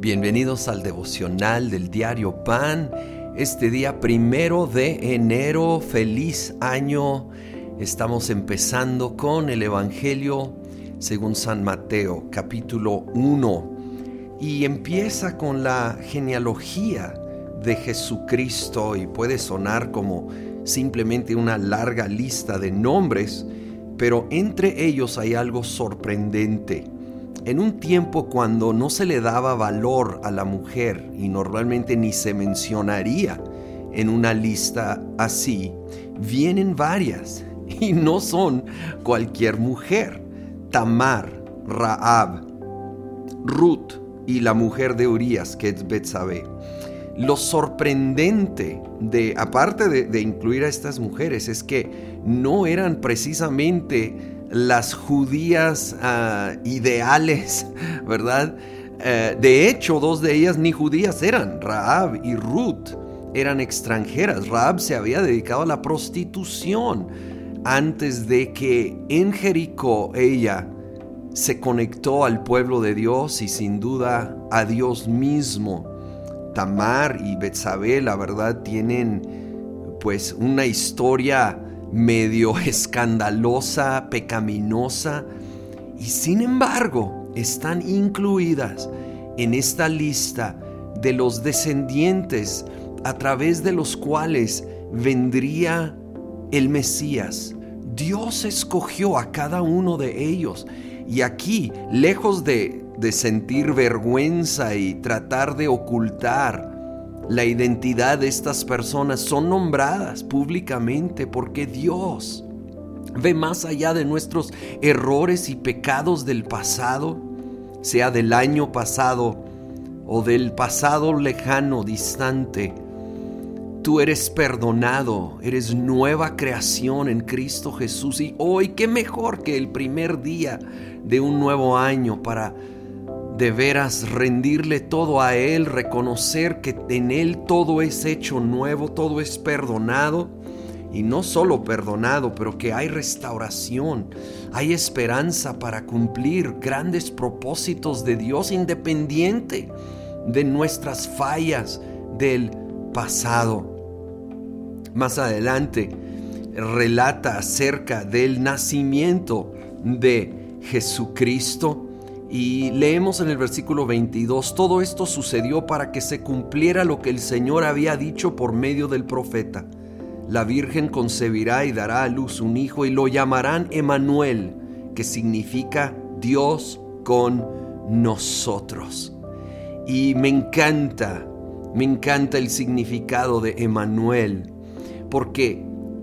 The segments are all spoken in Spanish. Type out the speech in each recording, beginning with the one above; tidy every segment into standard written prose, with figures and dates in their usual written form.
Bienvenidos al devocional del diario Pan. Este día 1 de enero, feliz año. Estamos empezando con el Evangelio según San Mateo, capítulo 1. Y empieza con la genealogía de Jesucristo y puede sonar como simplemente una larga lista de nombres, pero entre ellos hay algo sorprendente. En un tiempo cuando no se le daba valor a la mujer y normalmente ni se mencionaría en una lista así, vienen varias y no son cualquier mujer. Tamar, Rahab, Ruth y la mujer de Urías, que es Betsabé. Lo sorprendente aparte de incluir a estas mujeres, es que no eran precisamente las judías ideales, ¿verdad? De hecho, dos de ellas ni judías eran. Rahab y Ruth eran extranjeras. Rahab se había dedicado a la prostitución antes de que en Jericó ella se conectó al pueblo de Dios y sin duda a Dios mismo. Tamar y Betsabé, la verdad, tienen pues una historia medio escandalosa, pecaminosa, y sin embargo están incluidas en esta lista de los descendientes a través de los cuales vendría el Mesías. Dios escogió a cada uno de ellos, y aquí, lejos de sentir vergüenza y tratar de ocultar la identidad de estas personas, son nombradas públicamente porque Dios ve más allá de nuestros errores y pecados del pasado, sea del año pasado o del pasado lejano, distante. Tú eres perdonado, eres nueva creación en Cristo Jesús, y hoy qué mejor que el primer día de un nuevo año para de veras rendirle todo a Él, reconocer que en Él todo es hecho nuevo, todo es perdonado, y no solo perdonado, pero que hay restauración, hay esperanza para cumplir grandes propósitos de Dios, independiente de nuestras fallas del pasado. Más adelante relata acerca del nacimiento de Jesucristo. Y leemos en el versículo 22, todo esto sucedió para que se cumpliera lo que el Señor había dicho por medio del profeta. La Virgen concebirá y dará a luz un hijo y lo llamarán Emmanuel, que significa Dios con nosotros. Y me encanta el significado de Emmanuel, porque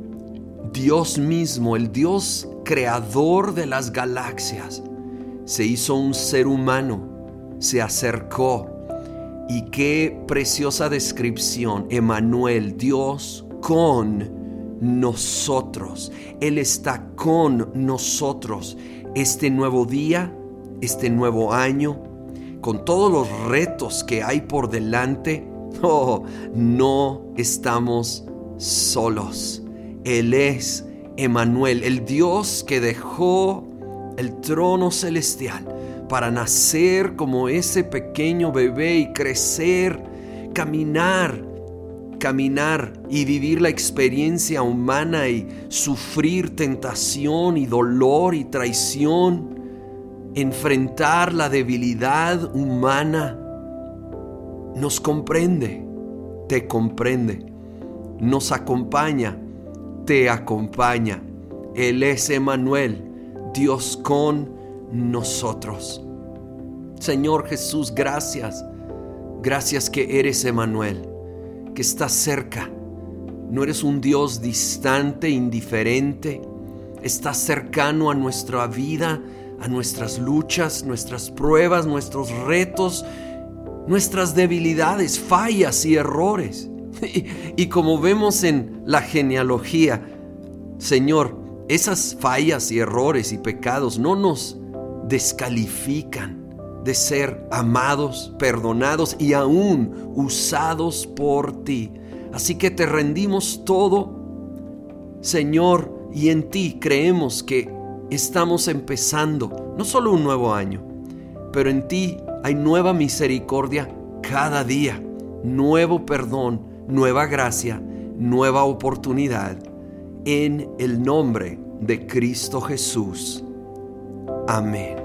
Dios mismo, el Dios creador de las galaxias, se hizo un ser humano, se acercó, y qué preciosa descripción. Emmanuel, Dios con nosotros. Él está con nosotros este nuevo día, este nuevo año, con todos los retos que hay por delante. No estamos solos. Él es Emmanuel, el Dios que dejó el trono celestial para nacer como ese pequeño bebé y crecer, caminar y vivir la experiencia humana y sufrir tentación y dolor y traición, enfrentar la debilidad humana. Nos comprende, te comprende, nos acompaña, te acompaña. Él es Emmanuel, Dios con nosotros. Señor Jesús, gracias que eres Emmanuel, que estás cerca. No eres un Dios distante, indiferente. Estás cercano a nuestra vida, a nuestras luchas, nuestras pruebas, nuestros retos, nuestras debilidades, fallas y errores. Y como vemos en la genealogía, Señor, esas fallas y errores y pecados no nos descalifican de ser amados, perdonados y aún usados por ti. Así que te rendimos todo, Señor, y en ti creemos que estamos empezando no solo un nuevo año, pero en ti Hay nueva misericordia cada día, nuevo perdón, nueva gracia, nueva oportunidad. En el nombre de Cristo Jesús. Amén.